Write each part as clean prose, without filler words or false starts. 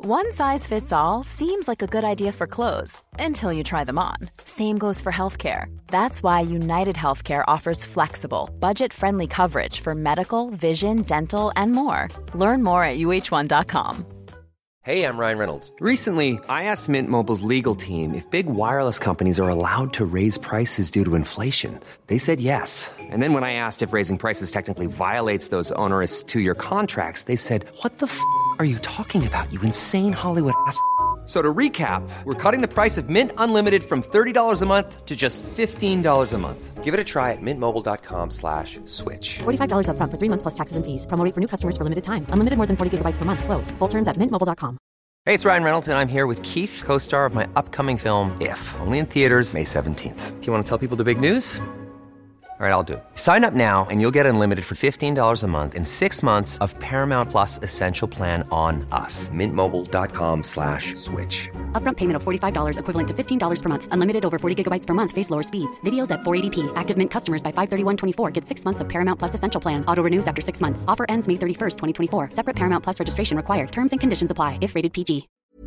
One size fits all seems like a good idea for clothes until you try them on. Same goes for healthcare. That's why United Healthcare offers flexible, budget-friendly coverage for medical, vision, dental, and more. Learn more at uh1.com. Hey, I'm Ryan Reynolds. Recently, I asked Mint Mobile's legal team if big wireless companies are allowed to raise prices due to inflation. They said yes. And then when I asked if raising prices technically violates those onerous two-year contracts, they said, "What the are you talking about, you insane Hollywood ass?" So to recap, we're cutting the price of Mint Unlimited from $30 a month to just $15 a month. Give it a try at mintmobile.com/switch. $45 up front for 3 months plus taxes and fees. Promo rate for new customers for limited time. Unlimited more than 40 gigabytes per month. Slows full terms at mintmobile.com. Hey, it's Ryan Reynolds, and I'm here with Keith, co-star of my upcoming film, If, only in theaters May 17th. Do you want to tell people the big news? All right, I'll do it. Sign up now and you'll get unlimited for $15 a month and 6 months of Paramount Plus Essential Plan on us. Mintmobile.com/switch. Upfront payment of $45 equivalent to $15 per month. Unlimited over 40 gigabytes per month. Face lower speeds. Videos at 480p. Active Mint customers by 531.24 get 6 months of Paramount Plus Essential Plan. Auto renews after 6 months. Offer ends May 31st, 2024. Separate Paramount Plus registration required. Terms and conditions apply if rated PG.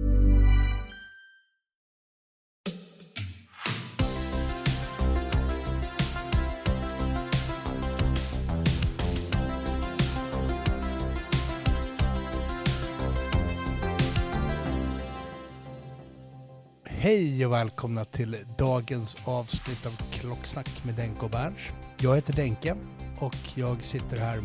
Hej och välkomna till dagens avsnitt av Klocksnack med Denke och Berns. Jag heter Denke och jag sitter här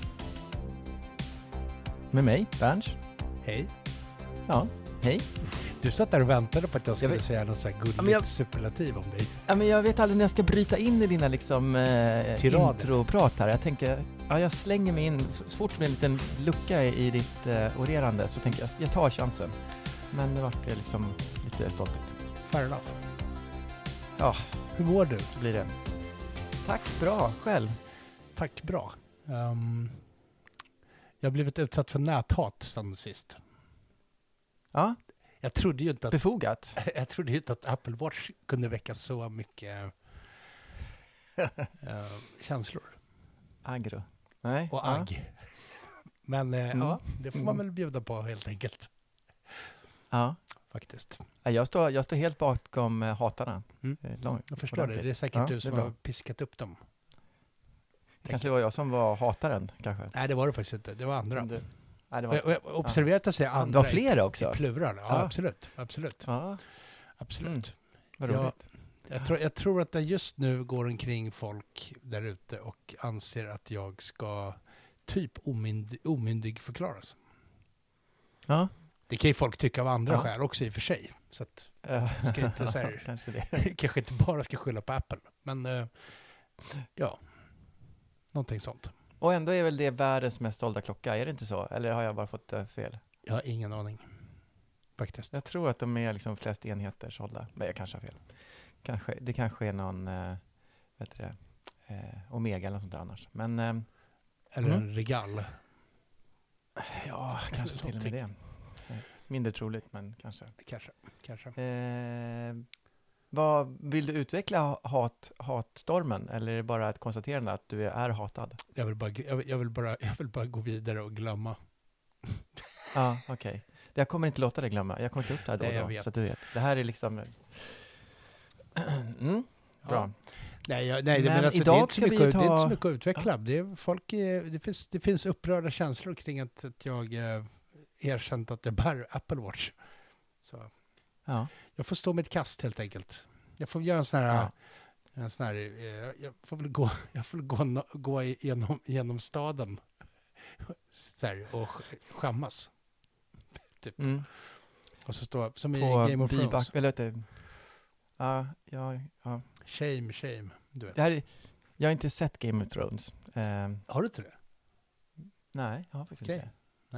med mig, Berns. Hej. Ja, hej. Du satt där och väntade på att jag skulle säga något så här gulligt superlativ om dig. Ja, men jag vet aldrig när jag ska bryta in i dina liksom introprat här. Jag tänker, jag slänger mig in så fort det blir en liten lucka i ditt orerande så tänker jag tar chansen. Men det vart liksom lite stoltigt. Fair enough. Ja. Hur mår du? Så blir det. Tack, bra. Själv? Tack, bra. Jag har blivit utsatt för näthat sedan sist. Ja. Jag trodde ju inte att... Befogat? Jag trodde ju inte att Apple Watch kunde väcka så mycket känslor. Aggro. Nej. Och agg. Men ja, det får man väl bjuda på helt enkelt. Ja. Faktiskt. Jag står helt bakom hatarna. Jag förstår det. Det är säkert du som har piskat upp dem. Kanske det var jag som var hataren, kanske. Nej, det var det faktiskt inte. Det var andra. Nej, det var... Jag observerat att säga andra. Det var flera också. I plural. Ja, absolut. Ja. Absolut. Vad roligt. Jag tror att det just nu går omkring folk där ute och anser att jag ska typ omyndig förklaras. Ja. Det kan ju folk tycka av andra skäl också i och för sig. Så att ska inte så här, kanske det. Kanske inte bara ska skylla på Apple. Men ja, någonting sånt. Och ändå är väl det världens mest sålda klocka, är det inte så? Eller har jag bara fått fel? Jag har ingen aning, faktiskt. Jag tror att de är liksom flest enheter sålda. Men jag kanske har fel. Det kanske är någon, Omega eller något sånt där annars. Men, eller en Regal. Ja, kanske till och med det. Mindre troligt, men kanske. Kanske. Vad vill du utveckla hatstormen, eller är det bara ett konstaterande att du är hatad? Jag vill bara gå vidare och glömma. Ja, okej. Jag kommer inte låta dig glömma. Jag kommer inte upp det här då, så att du vet. Det här är liksom... Bra. Ja. Nej, men alltså, idag det är inte så mycket att utveckla. Det finns upprörda känslor kring att jag erkänt att det bär Apple Watch. Så jag får stå med ett kast helt enkelt. Jag får göra en sån här jag får väl gå genom staden så här, och skämmas typ. Och så stå som i Game of Thrones. Ja. Shame, du vet. Jag har inte sett Game of Thrones. Har du inte det? Nej, jag har faktiskt inte. Nej.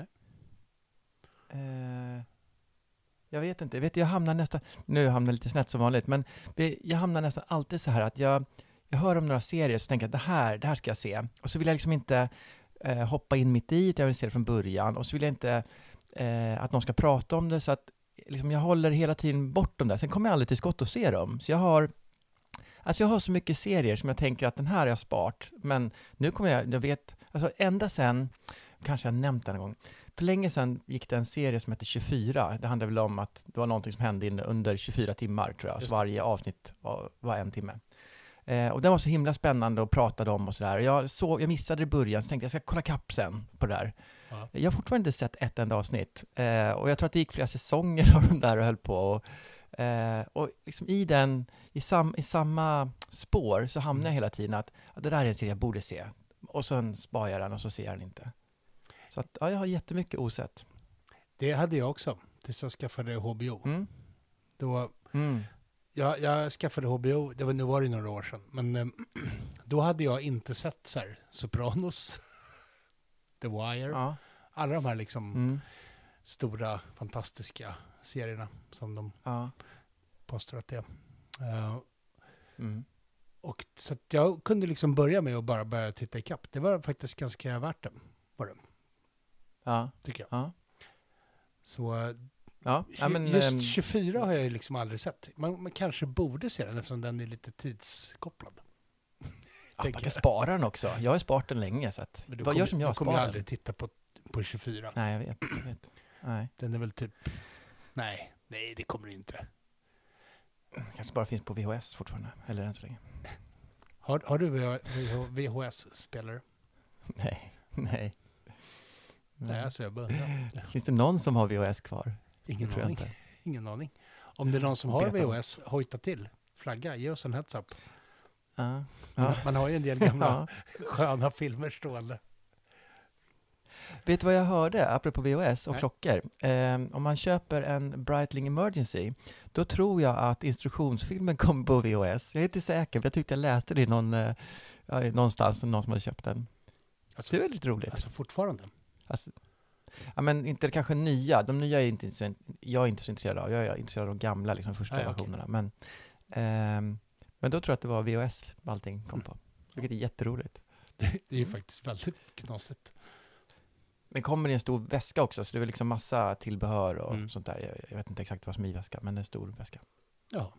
Jag vet inte. Jag hamnar nu hamnar lite snett som vanligt, men jag hamnar nästan alltid så här att jag hör om några serier så tänker jag att det här ska jag se. Och så vill jag liksom inte hoppa in mitt i, jag vill se det från början. Och så vill jag inte att någon ska prata om det, så att liksom jag håller hela tiden bort dem där. Sen kommer jag aldrig till skott och se dem. Så jag har så mycket serier som jag tänker att den här är jag spart. Men nu kommer jag vet, alltså ända sen, kanske jag nämnt den en gång, för länge sedan gick det en serie som heter 24. Det handlar väl om att det var någonting som hände under 24 timmar tror jag. Så varje avsnitt var 1 timme. Och den var så himla spännande och pratade om och sådär. Jag missade det i början så tänkte jag ska kolla kapp sen på det där. Ja. Jag har fortfarande inte sett ett enda avsnitt. Och jag tror att det gick flera säsonger av de där och höll på. Och liksom i samma spår så hamnar jag hela tiden att det där är en serie jag borde se. Och sen sparar jag den och så ser jag den inte. Så att, jag har jättemycket osett. Det hade jag också tills jag skaffade HBO. Då, jag skaffade HBO, nu var det några år sedan, men då hade jag inte sett så här, Sopranos, The Wire, alla de här liksom stora, fantastiska serierna som de påstår att det är. Och så att jag kunde liksom börja med att bara börja titta i kapp. Det var faktiskt ganska värt det. Var det. Ja. Tycker jag. Ja. Så just 24 har jag ju liksom aldrig sett. Man kanske borde se den eftersom den är lite tidskopplad. Man kan spara den också. Jag har sparat den länge. Så att, vad gör som jag kommer jag aldrig titta på 24. Nej, jag vet. Nej. Den är väl typ... Nej, det kommer det inte. Kanske bara finns på VHS fortfarande. Eller än så länge. Har du VHS-spelare? Nej. Nej, alltså jag börjar. Finns det någon som har VHS kvar? Ingen aning. Om det är någon som har VHS, hojta till. Flagga, ge oss en heads up. Man har ju en del gamla sköna filmer stående. Vet du vad jag hörde apropå VHS och klockor? Om man köper en Breitling Emergency, då tror jag att instruktionsfilmen kommer på VHS. Jag är inte säker, men jag tyckte jag läste det någonstans, någon som hade köpt den. Alltså, det är väldigt roligt. Alltså fortfarande? Alltså, men inte kanske nya. De nya är jag är inte så intresserad av. Jag är intresserad av de gamla, liksom första versionerna. Okay. Men då tror jag att det var VHS allting kom på. Vilket är jätteroligt. Det är ju faktiskt väldigt knasigt. Men kommer i en stor väska också, så det är väl liksom massa tillbehör och sånt där. Jag vet inte exakt vad som är i väskan, men en stor väska. Ja.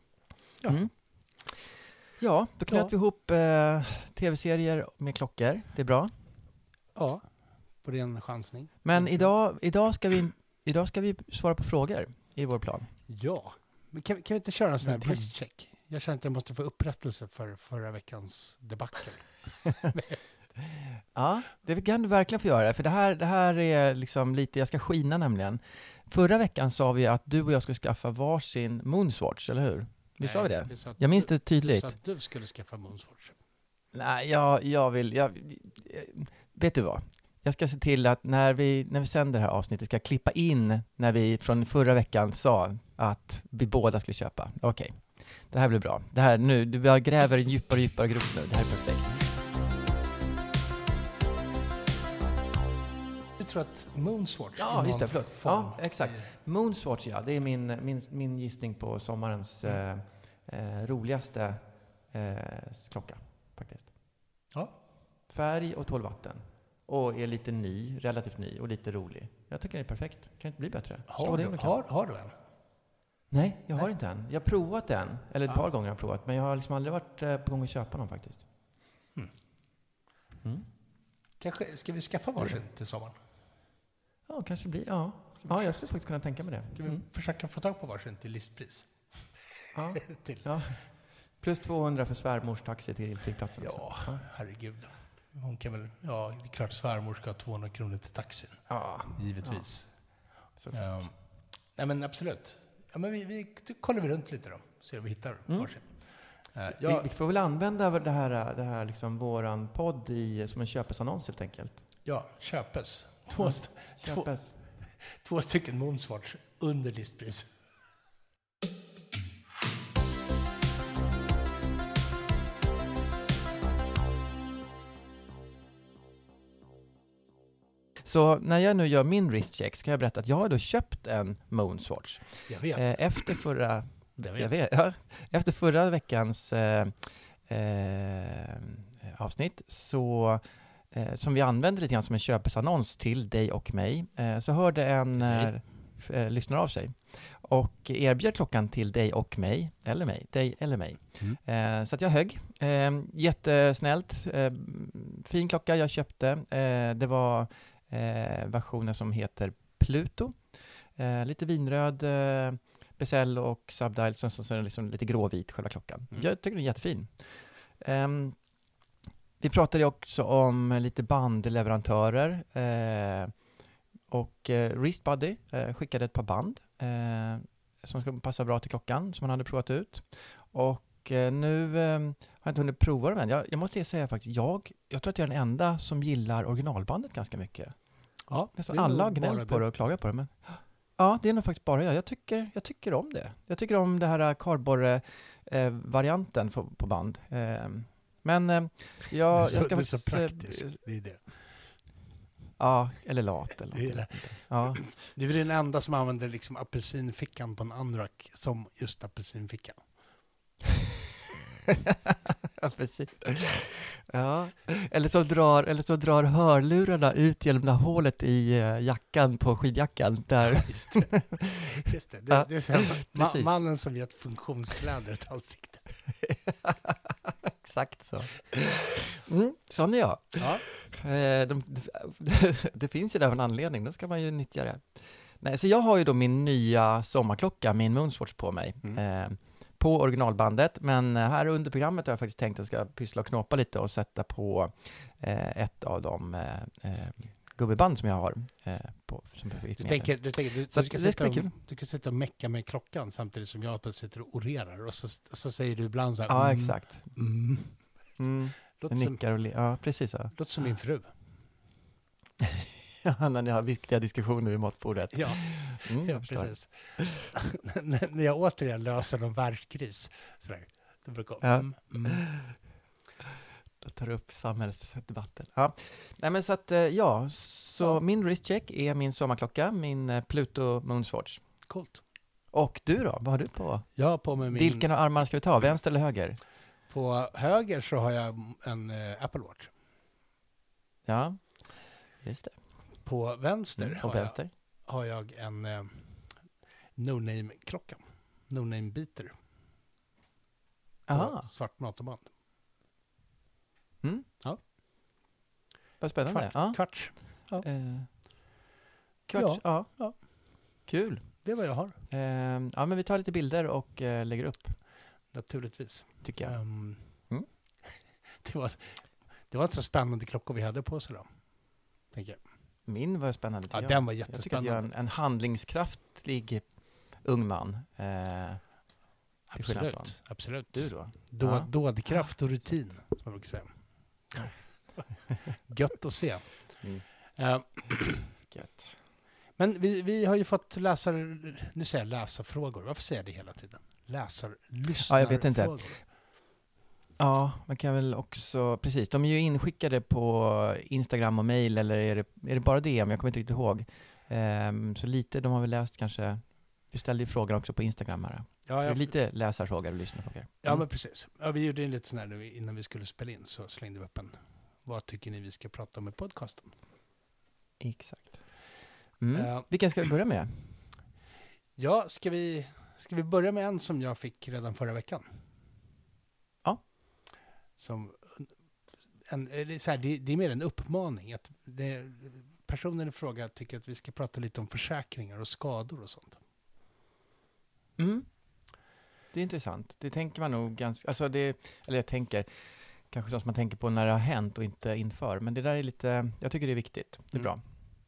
Ja, då knöt vi ihop tv-serier med klockor. Det är bra. Ja, på ren chansning. Men idag ska vi svara på frågor i vår plan. Ja, men kan vi inte köra en sån här wrist-check? Jag känner att jag måste få upprättelse för förra veckans debacle. Ja, det kan du verkligen få göra. För det här är liksom lite, jag ska skina nämligen. Förra veckan sa vi att du och jag skulle skaffa varsin Moonswatch, eller hur? Vi sa vi det? Jag minns det tydligt. Du sa att du skulle skaffa Moonswatch. Nej, vet du vad? Jag ska se till att när vi sänder det här avsnittet ska jag klippa in när vi från förra veckan sa att vi båda skulle köpa. Okej. Det här blir bra. Det här nu, vi gräver en djupare och djupare grupp nu. Det här är perfekt. Du tror att Moonswatch... Ja, just det. Förlåt. Ja, exakt. Moonswatch, ja. Det är min gissning på sommarens roligaste klocka, faktiskt. Ja. Färg och 12 watten. Och är lite ny, relativt ny och lite rolig. Jag tycker det är perfekt. Kan inte bli bättre. Har du en? Nej, jag har inte en. Jag har provat den. Eller ett par gånger har jag provat. Men jag har liksom aldrig varit på gång att köpa någon faktiskt. Kanske ska vi skaffa varsin till sommaren? Ja, kanske blir. Ja, jag skulle faktiskt kunna tänka mig det. Ska vi försöka få tag på varsin till listpris? Ja. Ja. Plus 200 för svärmors taxi till flygplatsen. Ja, herregud. Hon kan väl, det är klart svärmor ska ha 200 kronor till taxin. Ja. Givetvis. Ja. Nej men absolut. Ja, men vi kollar runt lite då. Ser om vi hittar varsin. Vi får väl använda det här liksom våran podd som en köpesannons helt enkelt. Ja, köpes. Två stycken Moonswatch under listpris. Så när jag nu gör min wristcheck så kan jag berätta att jag har då köpt en Moonswatch. Jag vet. Efter förra veckans avsnitt så som vi använde lite grann som en köpesannons till dig och mig, så hörde en lyssnare av sig och erbjöd klockan till dig och mig, dig eller mig. Så att jag högg. Jättesnällt. Fin klocka jag köpte. Det var versionen som heter Pluto. Lite vinröd bezel och subdial, så är det liksom lite gråvit själva klockan. Jag tycker den är jättefin. Vi pratade också om lite bandleverantörer och Wristbody skickade ett par band som ska passa bra till klockan som man hade provat ut. Och nu har jag inte hunnit prova dem än. Jag måste säga faktiskt, jag tror att jag är den enda som gillar originalbandet ganska mycket. Ja, nästan alla har gnällt på det och klagat på det. Men ja, det är nog faktiskt bara jag. Jag tycker om det. Jag tycker om det här kardborre-varianten på band. Men jag ska... Det är så praktiskt, det är det. Ja, eller lat. Eller ja. Det är väl den enda som använder liksom apelsinfickan på en Anorak som just apelsinfickan. Ja, precis. Ja. Eller så drar hörlurarna ut genom det hålet i jackan på skidjackan. Där. Just det. Det är så mannen som gett funktionskläder ett ansikte. Exakt så. Sån är jag. Ja. Det finns ju där en anledning, då ska man ju nyttja det. Nej, så jag har ju då min nya sommarklocka, min Moonswatch på mig. På originalbandet, men här under programmet har jag faktiskt tänkt att jag ska pyssla och knåpa lite och sätta på ett av de gubbeband som jag har på. Du kan sitta och mecka med klockan samtidigt som jag sitter och orerar och så säger du ibland så här. Ja, exakt. Nickar och ja, precis så. Låter som min fru. Ja, när ni har viktiga diskussioner vid matbordet. Ja, precis. När jag återigen löser någon världskris sådär, då brukar då tar upp samhällsdebatten. Ja. Nej, men så att min wristcheck är min sommarklocka, min Pluto Moonswatch. Coolt. Och du då? Vad har du på? Jag har på mig min... Vilken av armarna ska vi ta? Vänster eller höger? På höger så har jag en Apple Watch. Ja, just det. På vänster, har jag en no-name-klocka. No-name-beater. På svart motorband. Ja. Vad spännande. Kvarts. Ja. Kvarts, ja. Kul. Det är vad jag har. Ja, men vi tar lite bilder och lägger upp. Naturligtvis. Tycker jag. Det var inte så spännande klockor vi hade på sig då. Tänker jag. Min var spännande. Ja, den var jättespännande. Jag tycker att jag är en handlingskraftig ung man. Absolut. Du då? Dådkraft och rutin, som man brukar säga. Gött att se. Gött. Men vi har ju fått läsarfrågor. Varför säger jag det hela tiden? Lyssnarfrågor. Jag vet inte. Ja, man kan väl också... Precis, de är ju inskickade på Instagram och mail, eller är det bara det? Men jag kommer inte riktigt ihåg. Så lite, de har väl läst kanske... Vi ställde ju frågor också på Instagram här. Ja, lite läsarfrågor och lyssnarfrågor. Ja, men precis. Ja, vi gjorde en lite sån här nu innan vi skulle spela in, så slängde vi upp en... Vad tycker ni vi ska prata om i podcasten? Exakt. Vilken ska vi börja med? Ja, ska vi börja med en som jag fick redan förra veckan? Ja. Som det är mer en uppmaning. Att personen i fråga tycker att vi ska prata lite om försäkringar och skador och sånt. Det är intressant. Det tänker man nog ganska... Alltså jag tänker... Kanske sånt som man tänker på när det har hänt och inte inför. Men det där är lite... Jag tycker det är viktigt. Det är bra.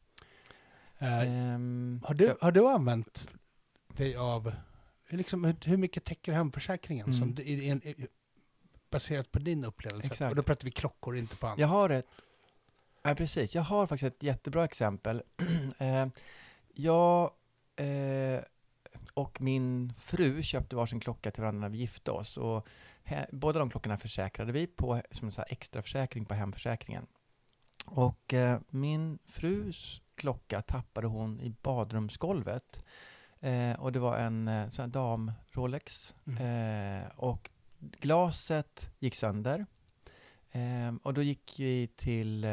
Har du använt dig av... hur mycket täcker hemförsäkringen som baserat på din upplevelse? Exakt. Och då pratar vi klockor, inte på annat. Jag har precis. Jag har faktiskt ett jättebra exempel. Jag och min fru köpte varsin klocka till varandra när vi gifte oss. Och båda de klockorna försäkrade vi på som en så här extra försäkring på hemförsäkringen. Och min frus klocka tappade hon i badrumsgolvet. Och det var en sån här dam Rolex. Och glaset gick sönder. Och då gick vi till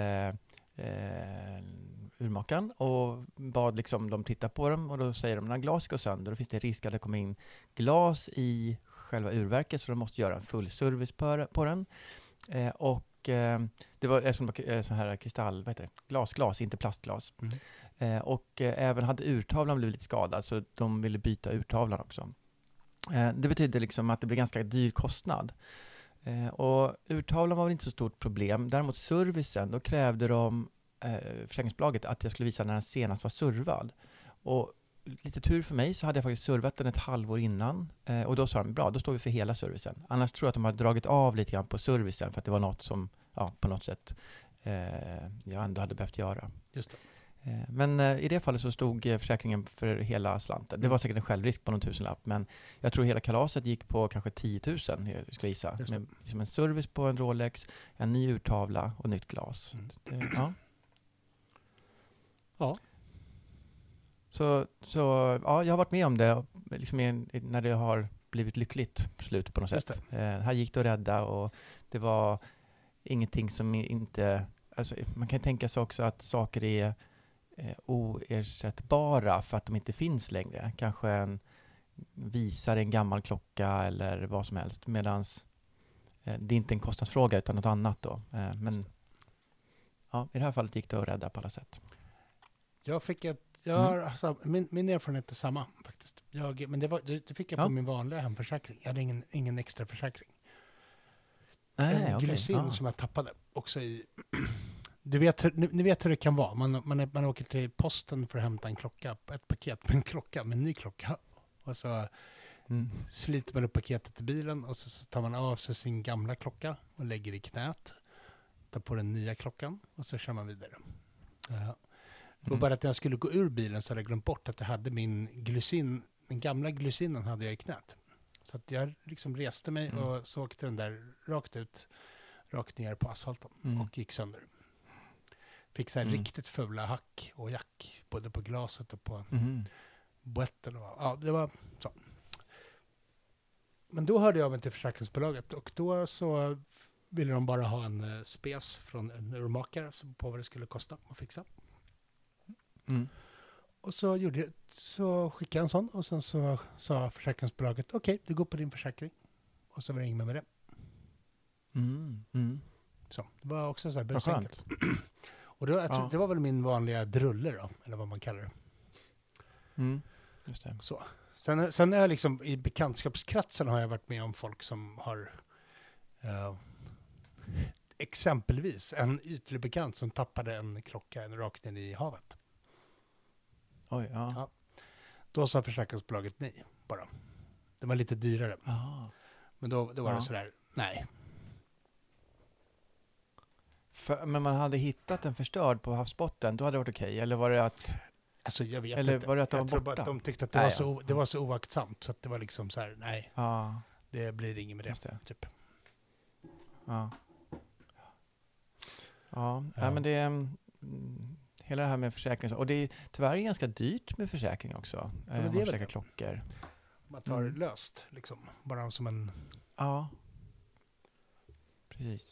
urmakaren och bad dem titta på dem. Och då säger de, när glas går sönder, då finns det risk att det kommer in glas i själva urverket. Så de måste göra en full service på den. Och det var sån här kristall, vad heter det? Glas, inte plastglas. Och även hade urtavlan blivit lite skadad, så de ville byta urtavlan också. Det betyder liksom att det blir ganska dyr kostnad. Och urtavlan var väl inte så stort problem. Däremot servicen, då krävde de försäkringsbolaget att jag skulle visa när den senast var servad. Och lite tur för mig så hade jag faktiskt servat den ett halvår innan. Och då sa de, bra, då står vi för hela servicen. Annars tror jag att de hade dragit av lite grann på servicen för att det var något som, på något sätt jag ändå hade behövt göra. Just det. Men i det fallet så stod försäkringen för hela slanten. Det var säkert en självrisk på någon tusenlapp, men jag tror hela kalaset gick på kanske 10 000, jag skulle gissa. Med liksom en service på en Rolex, en ny urtavla och nytt glas. Så jag har varit med om det liksom när det har blivit lyckligt på slutet på något sätt. Här gick det att rädda, och det var ingenting som inte... Alltså, man kan tänka sig också att saker är oersättbara för att de inte finns längre. Kanske visar en gammal klocka eller vad som helst. Medan det är inte en kostnadsfråga utan något annat då. Men i det här fallet gick det att rädda på alla sätt. Min erfarenhet är samma faktiskt. Men det fick jag på min vanliga hemförsäkring. Jag hade ingen extra försäkring. En glycin som jag tappade också i... Ni vet hur det kan vara. Man åker till posten för att hämta en klocka, ett paket med en klocka, med en ny klocka. Och så sliter man upp paketet i bilen och så tar man av sig sin gamla klocka och lägger i knät. Tar på den nya klockan och så kör man vidare. Det var bara att när jag skulle gå ur bilen så hade jag glömt bort att jag hade min glycin, den gamla glycinen hade jag i knät. Så att jag liksom reste mig och så åkte den där rakt ner på asfalten och gick sönder. Fick så här riktigt fula hack och jack både på glaset och på boetten. Det var så. Men då hörde jag mig till försäkringsbolaget och då så ville de bara ha en spes från en urmakare på vad det skulle kosta att fixa. Och så skickade jag en sån och sen så sa försäkringsbolaget okej, det går på din försäkring. Och så var det inget med det. Så, det var också så här busenkelt. Och då, det var väl min vanliga drulle då, eller vad man kallar det. Just det. Så. Sen är jag liksom, i bekantskapskretsen har jag varit med om folk som har exempelvis en ytlig bekant som tappade en klocka rakt ner i havet. Oj, ja. Då sa försäkringsbolaget nej, bara. Det var lite dyrare. Men då var det sådär, nej. Men man hade hittat en förstörd på havsbotten, då hade det varit okej. Eller var det att... Alltså jag vet eller inte. Var det att jag tror bara borta? att de tyckte att det var så oaktsamt. Så att det var liksom så här, nej. Det blir inget med det. Typ. Men det är... hela det här med försäkring. Och det är tyvärr ganska dyrt med försäkring också. Ja, man försäkrar klockor. Man tar löst, liksom. Bara som en... Ja. Precis.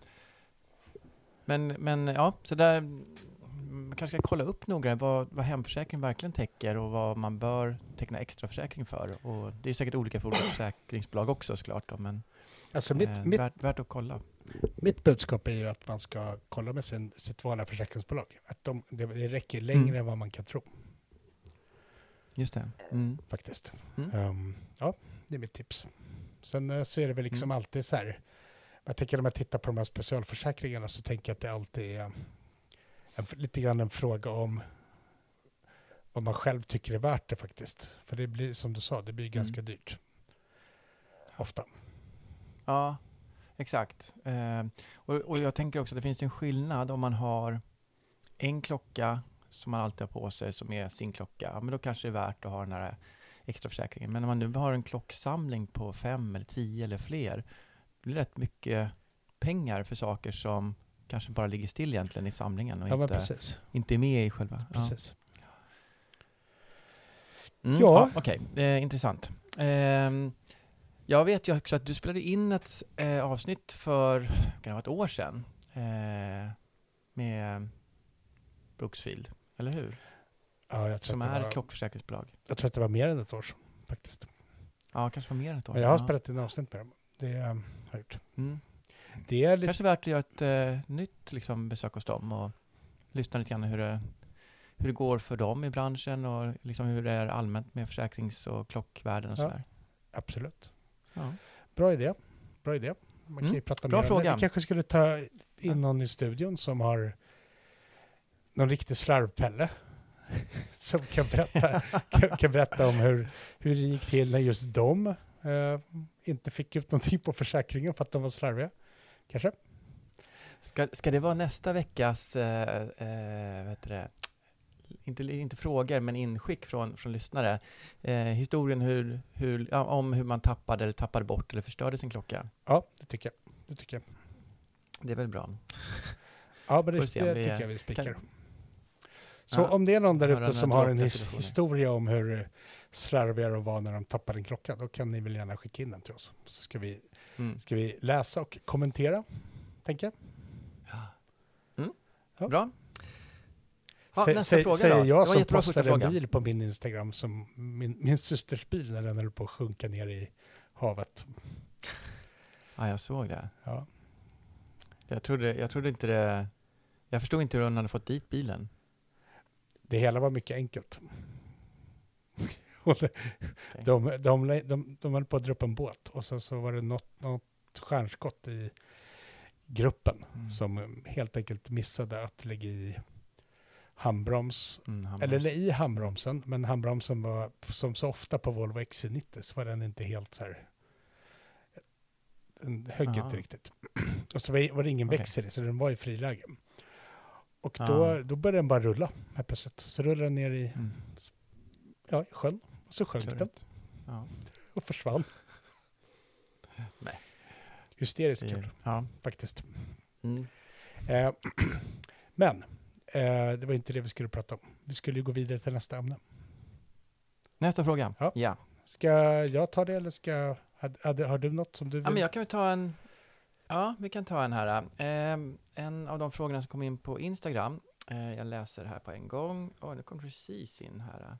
Men ja, så där... Man kanske ska kolla upp noga vad hemförsäkring verkligen täcker och vad man bör teckna extra försäkring för. Och det är säkert olika för olika försäkringsbolag också såklart. Då, men alltså värt att kolla. Mitt budskap är ju att man ska kolla med sitt vanliga försäkringsbolag. Att det räcker längre än vad man kan tro. Just det. Faktiskt. Det är mitt tips. Sen så är det väl liksom alltid så här. Jag tänker när man tittar på de här specialförsäkringarna så tänker jag att det alltid är lite grann en fråga om vad man själv tycker är värt det faktiskt. För det blir, som du sa, det blir ganska dyrt. Ofta. Ja, exakt. Och jag tänker också att det finns en skillnad om man har en klocka som man alltid har på sig som är sin klocka. Men då kanske det är värt att ha den här extra försäkringen. Men när man nu har en klocksamling på 5 eller 10 eller fler, det blir rätt mycket pengar för saker som kanske bara ligger still egentligen i samlingen och inte är med i själva. Precis. Okej. Intressant. Jag vet ju också att du spelade in ett avsnitt för ett år sedan med Brooksfield, eller hur? Ja, jag tror som är ett klockförsäkringsbolag. Jag tror att det var mer än ett år sedan, faktiskt. Ja, kanske var mer än ett år. Men jag har spelat in avsnitt med dem. Det har jag gjort. Det är kanske värt att göra ett nytt liksom, besök hos dem och lyssna lite grann hur det går för dem i branschen och liksom hur det är allmänt med försäkrings- och klockvärden och sådär. Absolut. Ja. Bra idé. Man kan ju prata Bra mer fråga. om det. Vi kanske skulle ta in någon i studion som har någon riktig slarvpelle som kan berätta om hur det gick till när just de inte fick ut någonting på försäkringen för att de var slarviga. Kanske? Ska det vara nästa veckas inte frågor men inskick från lyssnare? Historien om hur man tappade bort eller förstörde sin klocka. Ja, det tycker jag. Det är väl bra. Ja, men det tycker jag vi spikar. Så om det är någon där ute som har en historia om hur slarviga de var när de tappade en klocka, då kan ni väl gärna skicka in den till oss. Så ska vi läsa och kommentera, tänker jag. Ja. Bra. Nästa fråga säger då. Jag som postade en bil på min Instagram som min systers bil när den höll på att sjunka ner i havet. Ja, jag såg det. Ja. Jag trodde inte det. Jag förstod inte hur hon hade fått dit bilen. Det hela var mycket enkelt. De höll på att dra upp en båt och så var det något stjärnskott i gruppen som helt enkelt missade att lägga i handbroms. Eller i handbromsen, men handbromsen var som så ofta på Volvo XC90 så var den inte helt så här, den högg inte riktigt. Och så var det ingen växel i, så den var i friläge. Och då började den bara rulla här plötsligt. Så rullade den ner i sjön. Och så sjönk den. Ja. Och försvann. Nej. Hysteriskt kul. Ja. Faktiskt. Mm. Men det var inte det vi skulle prata om. Vi skulle ju gå vidare till nästa ämne. Nästa fråga. Ja. Ska jag ta det eller har du något som du vill? Ja, men jag kan väl ta en. Ja, vi kan ta en här. En av de frågorna som kom in på Instagram. Jag läser här på en gång. Det kom precis in här.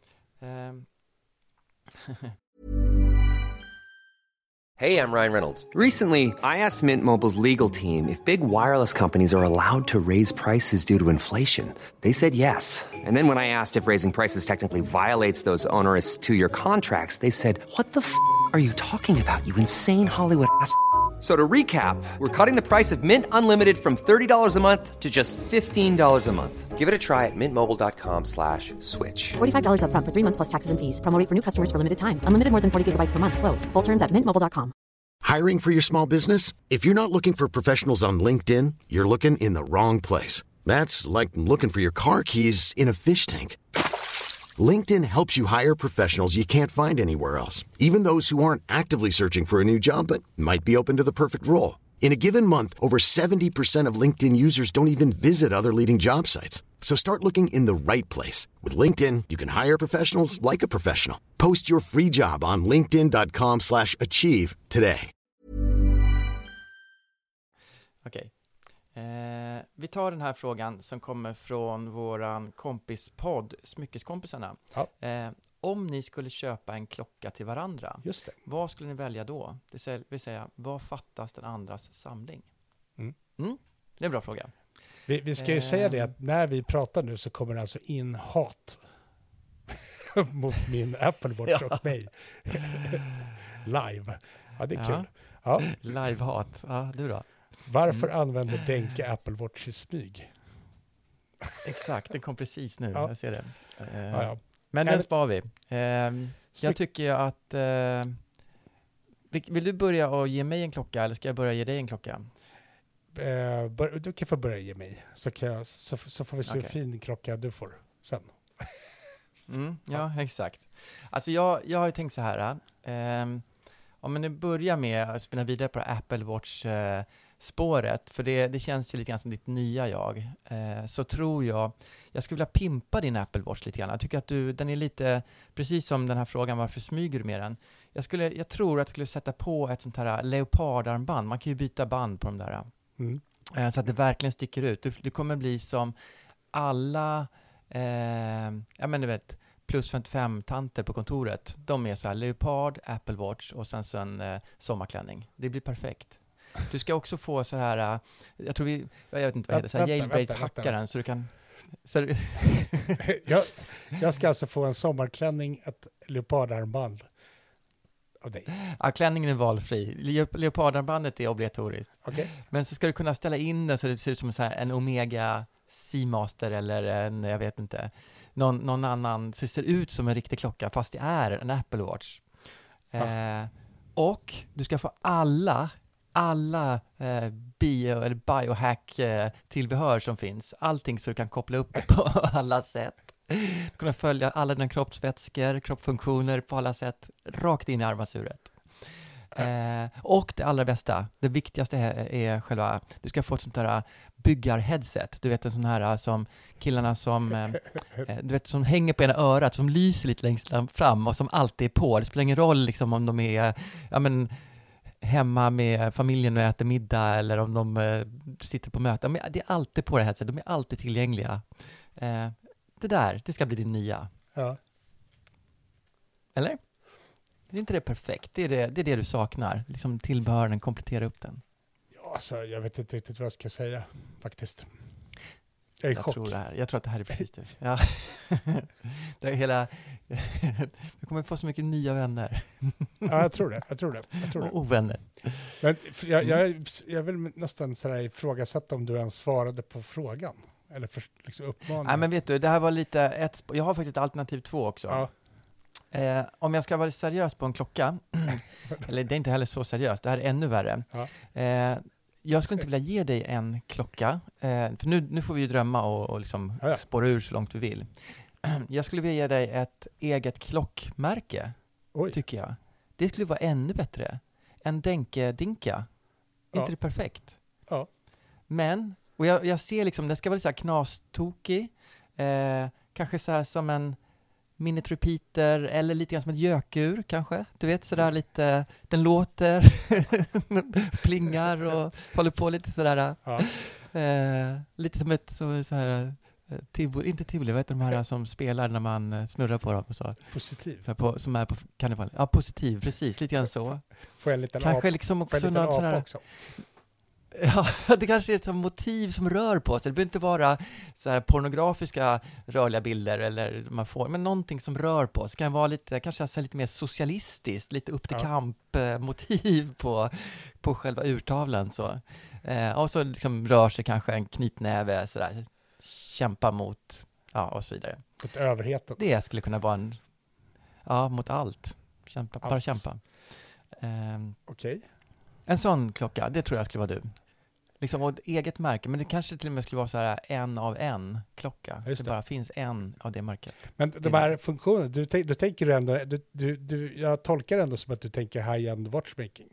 Hey, I'm Ryan Reynolds. Recently, I asked Mint Mobile's legal team if big wireless companies are allowed to raise prices due to inflation. They said yes. And then when I asked if raising prices technically violates those onerous 2-year contracts, they said, "What the f*** are you talking about, you insane Hollywood ass?" So to recap, we're cutting the price of Mint Unlimited from $30 a month to just $15 a month. Give it a try at mintmobile.com/switch. $45 up front for 3 months plus taxes and fees. Promo rate for new customers for limited time. Unlimited more than 40 gigabytes per month. Slows full terms at mintmobile.com. Hiring for your small business? If you're not looking for professionals on LinkedIn, you're looking in the wrong place. That's like looking for your car keys in a fish tank. LinkedIn helps you hire professionals you can't find anywhere else, even those who aren't actively searching for a new job but might be open to the perfect role. In a given month, over 70% of LinkedIn users don't even visit other leading job sites. So start looking in the right place. With LinkedIn, you can hire professionals like a professional. Post your free job on linkedin.com/achieve today. Okej. Vi tar den här frågan som kommer från våran kompispodd, Smyckeskompisarna. Ja. Om ni skulle köpa en klocka till varandra, just det. Vad skulle ni välja då? Det vill säga, vad fattas den andras samling? Det är en bra fråga. Vi ska ju säga det att när vi pratar nu så kommer det alltså in hat mot min Apple Watch och mig. Live. Ja, det är kul. Ja. Live-hat. Ja, du då? Varför använder Denke Apple Watch i smyg? Exakt, den kom precis nu. Ja. Jag ser det. Ja. Men den spar vi. Jag tycker att... vill du börja och ge mig en klocka eller ska jag börja ge dig en klocka? Du kan få börja ge mig. Så får vi se hur fin klocka du får sen. Ja, exakt. Alltså jag har ju tänkt så här. Om man nu börjar med att spinna vidare på Apple Watch-spåret, för det känns ju lite grann som ditt nya jag, så tror jag skulle vilja pimpa din Apple Watch lite grann. Jag tycker att den är lite, precis som den här frågan, varför smyger du med den? Jag tror att jag skulle sätta på ett sånt här leopardarmband. Man kan ju byta band på de där. Så att det verkligen sticker ut. Du kommer bli som alla, du vet, plus 55-tanter på kontoret. De är så här leopard, Apple Watch och sen så en sommarklänning. Det blir perfekt. Du ska också få så här, jag vet inte vad det heter, så här jailbait-hackaren, så du kan... Så jag ska alltså få en sommarklänning, ett leopardarmband av dig. Ja, klänningen är valfri. Leopardarmbandet är obligatoriskt. Okay. Men så ska du kunna ställa in den så det ser ut som så här en Omega Seamaster eller en, jag vet inte, någon annan, så det ser ut som en riktig klocka fast det är en Apple Watch. Och du ska få alla biohack tillbehör som finns. Allting så du kan koppla upp det på alla sätt. Du kan följa alla dina kroppsvätskor, kroppsfunktioner på alla sätt, rakt in i armbandshuret. Och det allra bästa, det viktigaste är själva, du ska få ett sånt där byggarheadset. Du vet en sån här som killarna som du vet, som hänger på ena örat, som lyser lite längst fram och som alltid är på. Det spelar ingen roll liksom om de är hemma med familjen och äter middag eller om de sitter på möten. Men det är alltid på det här sättet. De är alltid tillgängliga. Det ska bli din nya. Ja. Eller? Det är inte det perfekt. Det är det du saknar. Liksom tillbehören, komplettera upp den. Ja, alltså, jag vet inte riktigt vad jag ska säga faktiskt. Jag är i chock. Jag tror att det här är precis det. Ja. Det är hela... Du kommer få så mycket nya vänner. Ja, jag tror det. Och ovänner. Men jag vill nästan sådär ifrågasätta om du ens svarade på frågan. Eller liksom uppmaningen. Nej, men vet du, det här var lite... Jag har faktiskt ett alternativ 2 också. Ja. Om jag ska vara seriös på en klocka, eller det är inte heller så seriöst, det här är ännu värre. Ja. Jag skulle inte vilja ge dig en klocka, för nu får vi ju drömma och liksom spåra ur så långt vi vill. Jag skulle vilja ge dig ett eget klockmärke, tycker jag. Det skulle vara ännu bättre. En Denke-dinka. Inte det perfekt? Ja. Men, och jag ser liksom, den ska vara lite så här knastokig, kanske så här som en minute repeater eller lite grann som ett gökur kanske. Du vet sådär lite, den låter plingar och håller på lite sådär. Ja. Lite som ett så här inte tivoli, vad heter de här som spelar när man snurrar på dem och så. Positiv. Som är på karneval. Ja, positiv, precis, lite grann så. Får jag en liten kanske liksom också något sådär. Också. Ja, det kanske är ett motiv som rör på sig. Det behöver inte vara så här pornografiska rörliga bilder eller man får, men någonting som rör på sig. Det kan vara lite, kanske så lite mer socialistiskt, lite upp till kamp motiv på själva urtavlan så. Och så liksom rör sig kanske en knytnäve så där, kämpa mot och så vidare. Mot överheten. Det skulle kunna vara mot allt. Bara kämpa. Okej. En sån klocka, det tror jag skulle vara du. Liksom ett eget märke, men det kanske till och med skulle vara så här en av en klocka. Det bara finns en av det märket. Men de här funktionerna, du tänker ändå, jag tolkar ändå som att du tänker high-end watchmaking.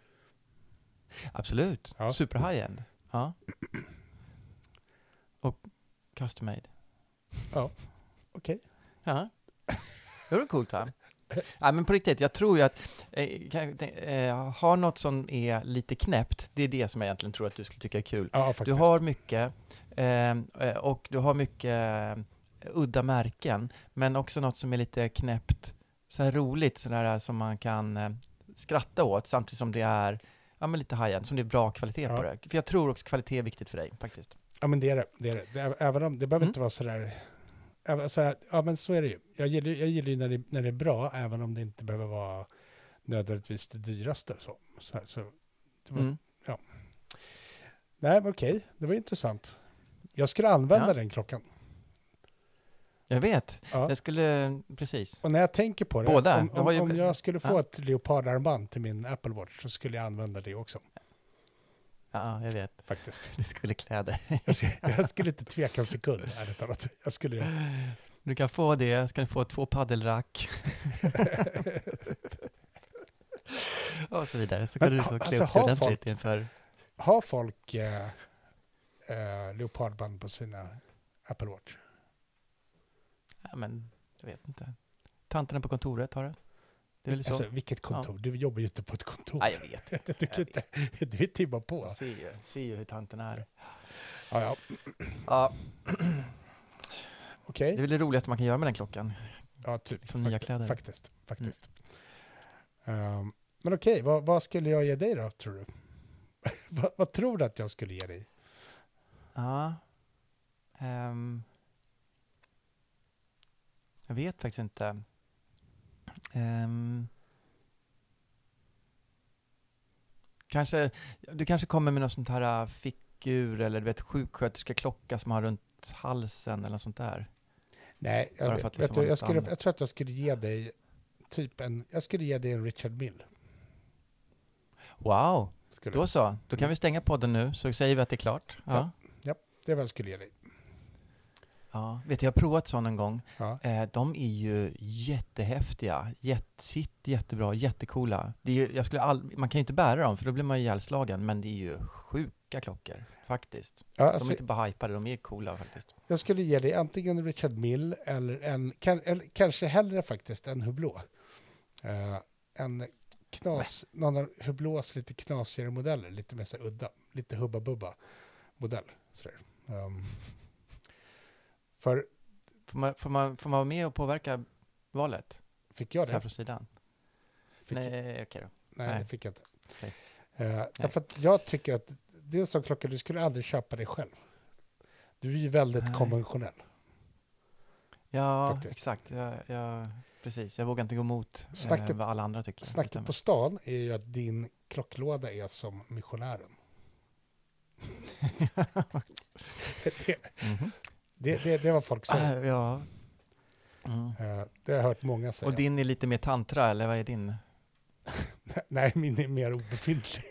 Absolut, super high-end. Ja. Och custom made. Ja, okej. Ja, det var coolt va? Ja, men på riktigt, jag tror ju att ha något som är lite knäppt, det är det som jag egentligen tror att du skulle tycka är kul. Ja, du har mycket och du har mycket udda märken, men också något som är lite knäppt, så här roligt, sådär som man kan skratta åt samtidigt som det är lite high-end, som det är bra kvalitet på det. För jag tror också kvalitet är viktigt för dig faktiskt. Ja, men det är det. Även om det behöver inte vara sådär. Alltså, men så är det ju. Jag gillar ju när det är bra, även om det inte behöver vara nödvändigtvis det dyraste. Så det var, Nej, men okej. Det var intressant. Jag skulle använda den klockan. Jag vet. Ja. Jag skulle, precis. Och när jag tänker på det, båda. Om jag skulle få ett leopardarmband till min Apple Watch så skulle jag använda det också. Ja, jag vet. Faktiskt. Du skulle klä dig. Jag skulle inte tveka en sekund. Jag skulle... Du kan få det. Ska du få 2 paddelrack. Och så vidare. Så kan du så klä upp ordentligt inför... Har folk leopardband på sina Apple Watch? Ja, men jag vet inte. Tanterna på kontoret har det. Det är väl så. Alltså, vilket kontor? Ja. Du jobbar ju inte på ett kontor. Nej, jag vet inte. Du är timmar på. Jag ser ju hur tanten är. Ja. Okej. Det är väl det roligaste man kan göra med den klockan. Ja, typ. Som nya kläder. Faktiskt. Men okej, vad skulle jag ge dig då, tror du? Vad tror du att jag skulle ge dig? Ja. Jag vet faktiskt inte. Du kanske kommer med något sånt här fickur eller du vet sjuksköterska klocka som har runt halsen eller något sånt där. Nej, jag tror att jag skulle ge dig jag skulle ge dig en Richard Mille. Wow, då så. Då kan vi stänga podden nu så säger vi att det är klart. Ja, det är vad jag skulle ge dig. Ja, vet du, jag har provat sån en gång. Ja. De är ju jättehäftiga. Jättebra, jättecoola. Det är, man kan ju inte bära dem för då blir man ju ihjälslagen. Men det är ju sjuka klockor faktiskt. Ja, de är inte bara hypade, de är coola faktiskt. Jag skulle ge dig antingen Richard Mille eller kanske hellre faktiskt en Hublot. Någon av Hublots lite knasigare modeller. Lite mer så udda. Lite hubba-bubba modell. För Får man vara med och påverka valet? Fick jag det? Här från sidan? Nej, okej då. Nej, det fick jag inte. Okay. Därför att jag tycker att det är en sån klocka du skulle aldrig köpa dig själv. Du är ju väldigt konventionell. Ja, faktiskt. Exakt. Precis. Jag vågar inte gå emot vad alla andra tycker. Snacket på stan är ju att din klocklåda är som missionären. Det var folk säger. Ja. Det har jag hört många säga. Och din är lite mer tantra, eller vad är din? Nej, min är mer obefintlig.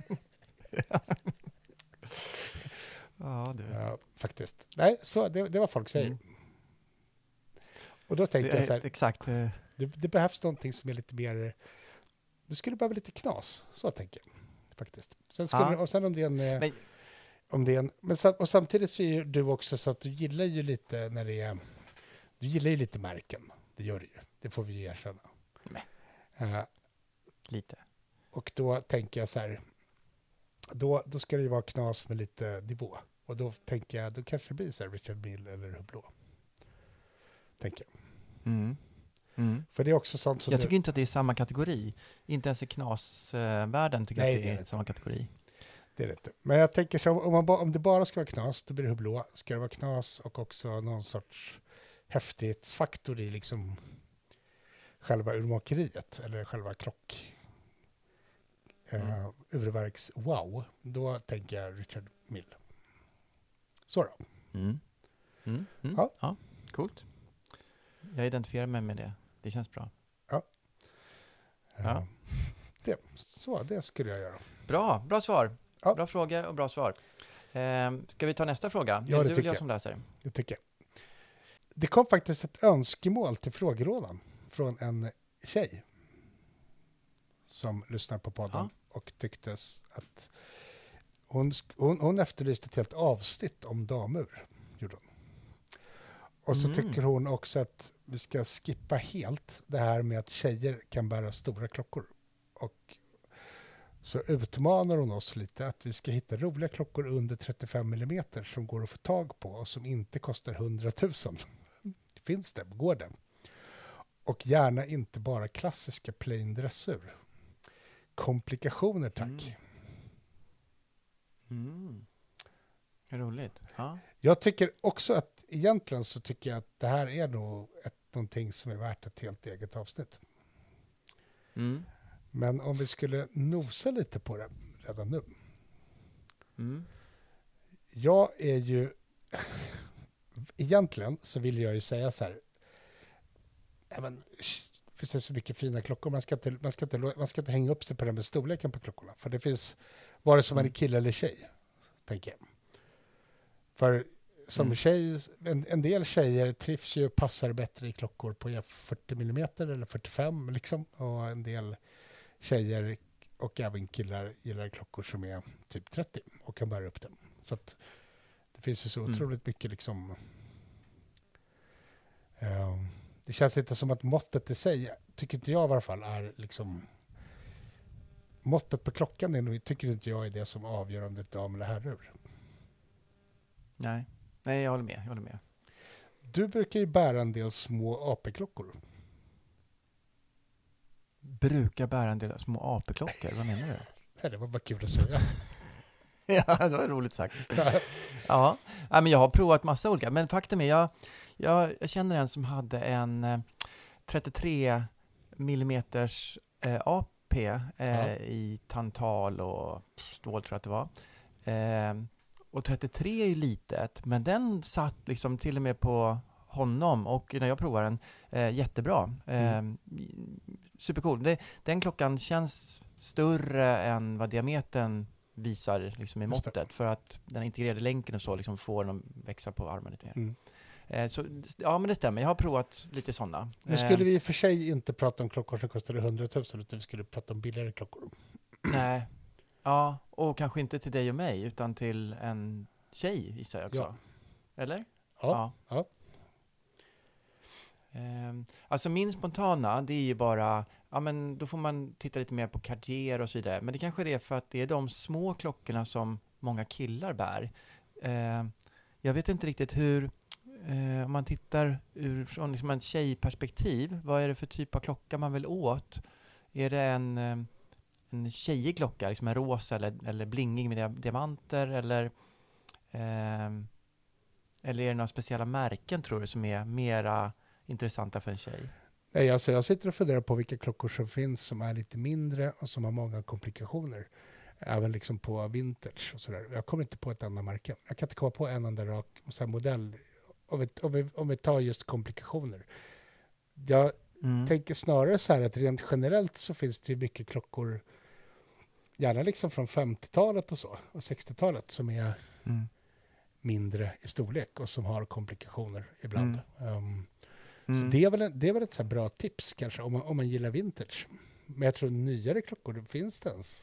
Faktiskt. Nej, så det var folk säger. Och då tänkte jag så här. Exakt. Det behövs någonting som är lite mer. Du skulle behöva lite knas. Så tänker jag. Faktiskt. Och sen om det är en. Men samtidigt så är du också så att du gillar ju lite när det är. Du gillar ju lite märken. Det gör du ju. Det får vi ju erkänna. Lite. Och då tänker jag så här. Då ska det ju vara knas med lite nivå. Och då tänker jag, då kanske det blir så här Richard Mille eller Hublot. Tänker jag. För det är också sånt som jag tycker inte att det är samma kategori. Inte ens i knasvärlden tycker jag att det är samma kategori. Det är det inte. Men jag tänker så om det bara ska vara knas, då blir det Hublot. Ska det vara knas och också någon sorts häftighetsfaktor i liksom själva urmakeriet eller själva urverks wow, då tänker jag Richard Mille. Så då. Ja, coolt. Jag identifierar mig med det. Det känns bra. Ja. Det skulle jag göra. Bra svar. Ja. Bra frågor och bra svar. Ska vi ta nästa fråga? Ja, det du eller jag som läser? Det tycker jag. Det kom faktiskt ett önskemål till frågelådan från en tjej som lyssnar på podden och tyckte att hon efterlyste ett helt avsnitt om damur. Gjorde hon. Och så tycker hon också att vi ska skippa helt det här med att tjejer kan bära stora klockor. Och så utmanar hon oss lite att vi ska hitta roliga klockor under 35 mm som går att få tag på och som inte kostar 100 000. Finns det? Går det? Och gärna inte bara klassiska plain dressur. Komplikationer, tack. Roligt. Ja. Jag tycker också att egentligen så tycker jag att det här är nog någonting som är värt ett helt eget avsnitt. Men om vi skulle nosa lite på det redan nu. Jag är ju egentligen så vill jag ju säga så här. Det finns så mycket fina klockor. Man ska inte hänga upp sig på den med storleken på klockorna. För det finns, vare sig man är kille eller tjej, tänker jag. För som tjej, en del tjejer trivs ju och passar bättre i klockor på 40 mm eller 45 liksom. Och en del tjejer och även killar gillar klockor som är typ 30 och kan bära upp dem. Så att det finns ju så otroligt mycket liksom. Det känns inte som att måttet i sig, tycker inte jag i alla fall, är liksom måttet på klockan är nog, tycker inte jag är det som avgör om det är dam eller herrur. Nej, jag håller med. Du brukar ju bära en del små AP-klockor. Brukar bära en del små AP-klockor? Vad menar du? Nej, det var bara kul att säga. Ja, det var roligt sagt. Ja, men jag har provat massa olika. Men faktum är, jag känner en som hade en 33 millimeters AP i tantal och stål tror jag att det var. Och 33 är ju litet, men den satt liksom till och med på honom, och när jag provar den, jättebra. Supercool. Den klockan känns större än vad diametern visar liksom i måttet, för att den integrerade länken och så liksom får den att växa på armen lite mer. Så, ja, men det stämmer. Jag har provat lite sådana. Nu skulle vi i och för sig inte prata om klockor som kostade 100 000, utan vi skulle prata om billigare klockor. Nej. Ja, och kanske inte till dig och mig, utan till en tjej, gissar jag också. Ja. Eller? Ja. Alltså min spontana, det är ju bara, ja men då får man titta lite mer på Cartier och så vidare. Men det kanske är det för att det är de små klockorna som många killar bär. Jag vet inte riktigt hur, om man tittar från liksom en tjejperspektiv, vad är det för typ av klocka man vill åt? Är det en tjejig klocka, liksom en rosa eller blingig med diamanter, eller är det några speciella märken tror du som är mera intressanta för en tjej? Nej, alltså jag sitter och funderar på vilka klockor som finns som är lite mindre och som har många komplikationer. Även liksom på vintage och sådär. Jag kommer inte på ett enda märke. Jag kan inte komma på en enda rak så här modell. Om vi tar just komplikationer. Jag tänker snarare så här att rent generellt så finns det ju mycket klockor, gärna liksom från 50-talet och så, och 60-talet, som är mindre i storlek och som har komplikationer ibland. Så det är väl ett så här bra tips kanske om man gillar vintage. Men jag tror nyare klockor, det finns det ens.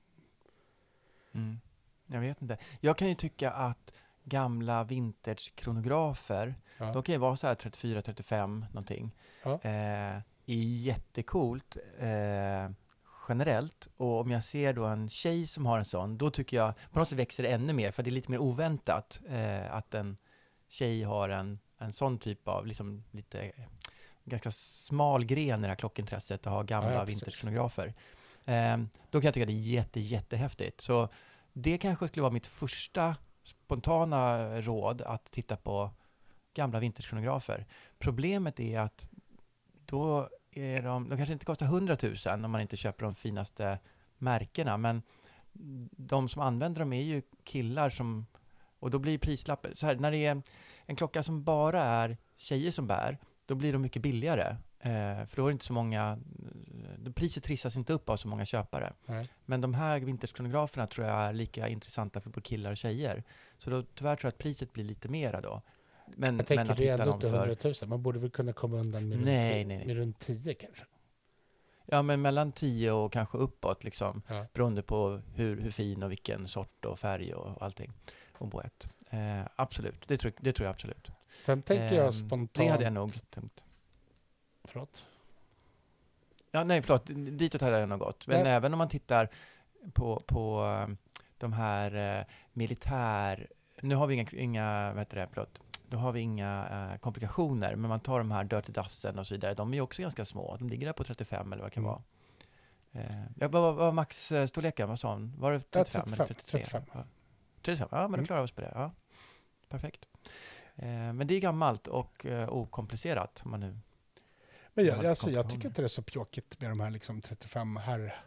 Jag vet inte. Jag kan ju tycka att gamla vintage-kronografer, de kan ju vara så här 34-35 någonting. Ja. Är jättecoolt generellt. Och om jag ser då en tjej som har en sån, då tycker jag på något sätt växer det ännu mer, för det är lite mer oväntat att en tjej har en sån typ av liksom lite ganska smal gren i det här klockintresset, att ha gamla vintage-kronografer. Då kan jag tycka det är jättehäftigt. Så det kanske skulle vara mitt första spontana råd, att titta på gamla vintage-kronografer. Problemet är att då är de kanske inte kostar 100 000 om man inte köper de finaste märkena, men de som använder dem är ju killar som, och då blir prislappen så här, när det är en klocka som bara är tjejer som bär, då blir de mycket billigare. För då är det inte så många, priset trissas inte upp av så många köpare. Nej. Men de här vintage-kronograferna tror jag är lika intressanta för både killar och tjejer. Så då tyvärr tror jag att priset blir lite mera då. Men jag tänker det är ändå inte 100 000. Man borde väl kunna komma undan med, med runt 10 kanske. Ja, men mellan 10 och kanske uppåt liksom. Ja. Beroende på hur fin och vilken sort och färg och allting. Och boett. Absolut, det tror jag absolut. Sen tänker jag spontant. Det hade jag nog tänkt. Förlåt? Ja, nej, förlåt. Ditåt hade jag nog gått. Men även om man tittar på de här militär... Nu har vi inga vad heter det, förlåt. Då har vi inga komplikationer. Men man tar de här Dirty Dozen och så vidare. De är ju också ganska små. De ligger där på 35 eller vad det kan vara. Vad var maxstorleken? Vad sa hon? Var det 35 eller 33? 35. Ja, men då klarar vi oss på det. Ja. Perfekt. Men det är gammalt och okomplicerat. Om man nu... Men jag tycker inte det är så pjåkigt med de här liksom 35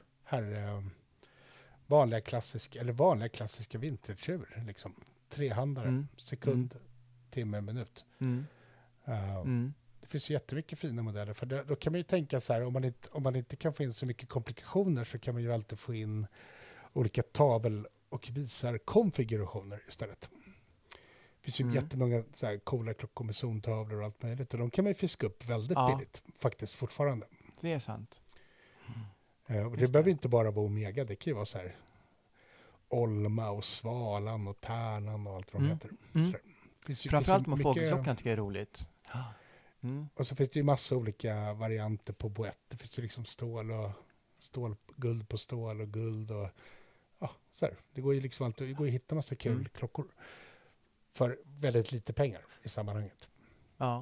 vanliga klassiska vintertjur. Liksom. Trehandare, sekund, timme, minut. Det finns jättemycket fina modeller. För då kan man ju tänka så här, om man inte kan få in så mycket komplikationer, så kan man ju alltid få in olika tavel- och visarkonfigurationer istället. Det finns ju jättemånga så här coola klockor med zontavlor och allt möjligt. Och de kan man ju fiska upp väldigt billigt, faktiskt fortfarande. Det är sant. Och det behöver inte bara vara Omega, det kan ju vara så här Olma och Svalan och Tärnan och allt vad de heter. Framförallt med fågelklockan tycker jag är roligt. Och så finns det ju massa olika varianter på boett. Det finns ju liksom guld på stål och guld och så här. Det går ju liksom alltid, det går ju att hitta massa kul klockor för väldigt lite pengar i sammanhanget. Ja.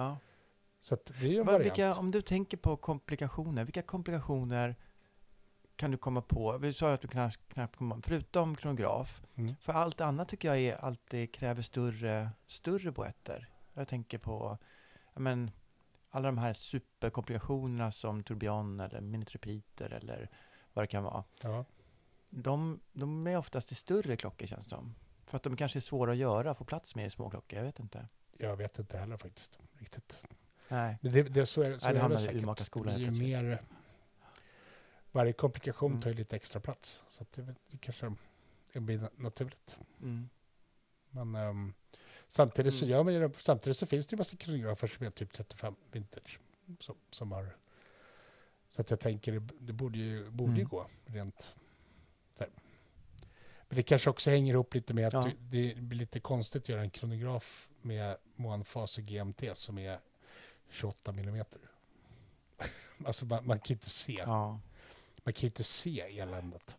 Så att det är ju en variant. Om du tänker på komplikationer, vilka komplikationer kan du komma på, vi sa att du knappt komma, förutom kronograf, för allt annat tycker jag alltid kräver större boetter. Jag tänker på alla de här superkomplikationerna som tourbillon eller minutrepeater eller vad det kan vara. Ja. De är oftast i större klockor, känns det som. För att de kanske är svåra att göra, få plats med i små klockor, jag vet inte. Jag vet inte heller faktiskt, riktigt. Nej. Men så är det säkert. Det är ju mer, varje komplikation tar ju lite extra plats. Så att det kanske blir naturligt. Men samtidigt så gör man ju, samtidigt så finns det ju massa kronografer som är typ 35 vintage. Som har, så att jag tänker det borde ju gå rent så här. Men det kanske också hänger ihop lite med att det blir lite konstigt att göra en kronograf med månfas och GMT som är 28 mm. Alltså man kan inte se. Ja. Man kan inte se eländet.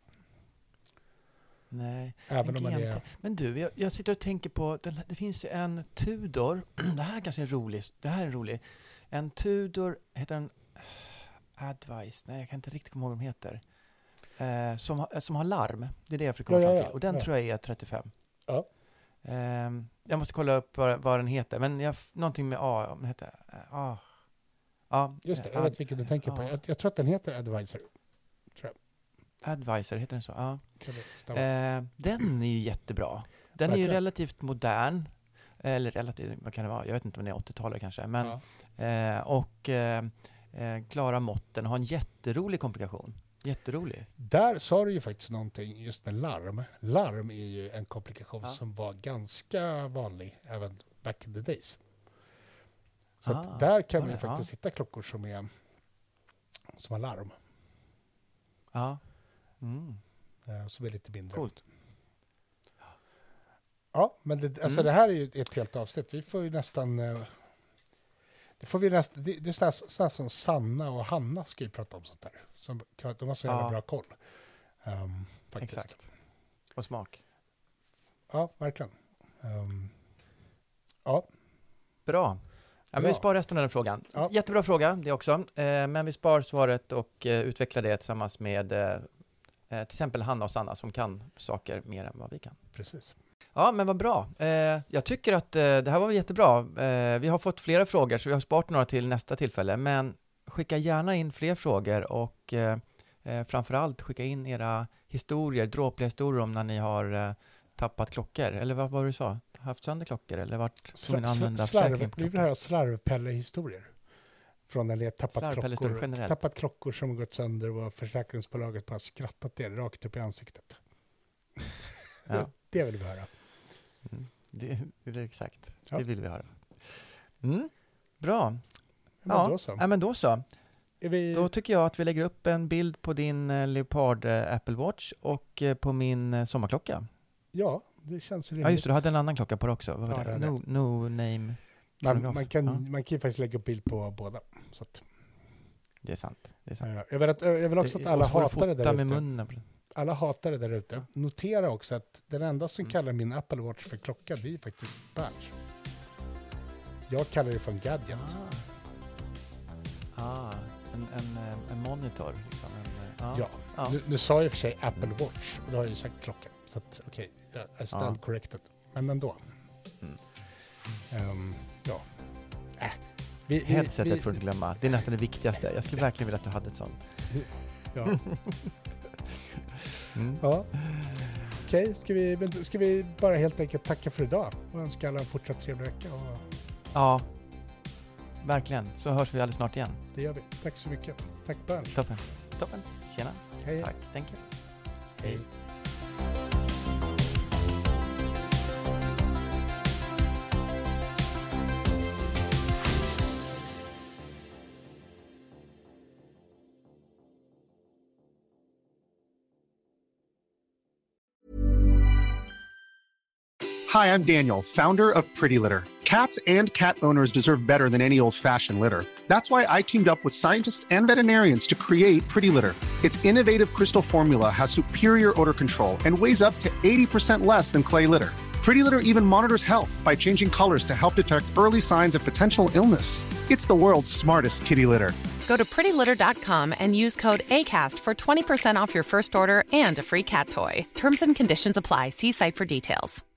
Nej. Även om man är... Men du, jag sitter och tänker på, det finns en Tudor, det här kanske är rolig. En Tudor heter en Advice, nej jag kan inte riktigt komma ihåg vad de heter. Som har larm, det är det jag försöker komma fram till. Och den tror jag är 35. Ja. Jag måste kolla upp vad den heter, men någonting med A, den heter A. Ja, just det, jag vet vilket du tänker på. Jag tror att den heter Advisor. Advisor, heter den så? Ja. Den är ju jättebra. Den är ju relativt modern. Eller relativt, vad kan det vara? Jag vet inte om det är 80-talare kanske. Men, klara måtten, har en jätterolig komplikation. Jätterolig. Där sa du ju faktiskt någonting just med larm. Larm är ju en komplikation som var ganska vanlig även back in the days. Så att där kan vi faktiskt hitta klockor som har larm. Ja. Som är lite mindre. Coolt. Ja, men det här är ju ett helt avsnitt. Vi får ju nästan... Det är nästan som Sanna och Hanna ska ju prata om sånt där. De har så jävla bra koll. Faktiskt. Exakt. Och smak. Ja, verkligen. Ja. Bra. Ja, men vi sparar resten av den frågan. Ja. Jättebra fråga det också. Men vi sparar svaret och utvecklar det tillsammans med till exempel Hanna och Sanna som kan saker mer än vad vi kan. Precis. Ja, men vad bra. Jag tycker att det här var väl jättebra. Vi har fått flera frågor så vi har sparat några till nästa tillfälle. Men skicka gärna in fler frågor och framförallt skicka in era historier, dråpliga historier om när ni har tappat klockor. Eller vad var det du sa? Haft sönder klockor eller varit tvungen att använda försäkring på klockor? Vi vill höra slarvpelle-historier. Från när ni har tappat klockor som har gått sönder och försäkringsbolaget bara skrattat er rakt upp i ansiktet. Ja. Det vill vi höra. Det är exakt. Ja. Det vill vi höra. Bra. Men då så. Då tycker jag att vi lägger upp en bild på din Leopard Apple Watch och på min sommarklocka. Ja, det känns rimligt. Ja, just det. Du hade en annan klocka på det också. Vad var det? No name. Man kan ju faktiskt lägga upp bild på båda. Så att. Det är sant. Jag vill också att alla hatare där med munnen. Alla hatare där ute. Notera också att den enda som kallar min Apple Watch för klocka, det är faktiskt Berns. Jag kallar det för en gadget. En monitor. Liksom. Nu sa jag för sig Apple Watch. Och då har jag ju sagt klocka. Så att okej, I stand corrected. Men ändå. Headsetet får du inte glömma. Det är nästan det viktigaste. Jag skulle verkligen vilja att du hade ett sånt. Ja. Ja. Okej, ska vi bara helt enkelt tacka för idag och önska alla en fortsatt trevlig vecka. Ja, verkligen. Så hörs vi alldeles snart igen. Det gör vi. Tack så mycket. Tack Berns. Toppen. Tjena. Hej. Tack. Thank you. Hej. Hi, I'm Daniel, founder of Pretty Litter. Cats and cat owners deserve better than any old-fashioned litter. That's why I teamed up with scientists and veterinarians to create Pretty Litter. Its innovative crystal formula has superior odor control and weighs up to 80% less than clay litter. Pretty Litter even monitors health by changing colors to help detect early signs of potential illness. It's the world's smartest kitty litter. Go to prettylitter.com and use code ACAST for 20% off your first order and a free cat toy. Terms and conditions apply. See site for details.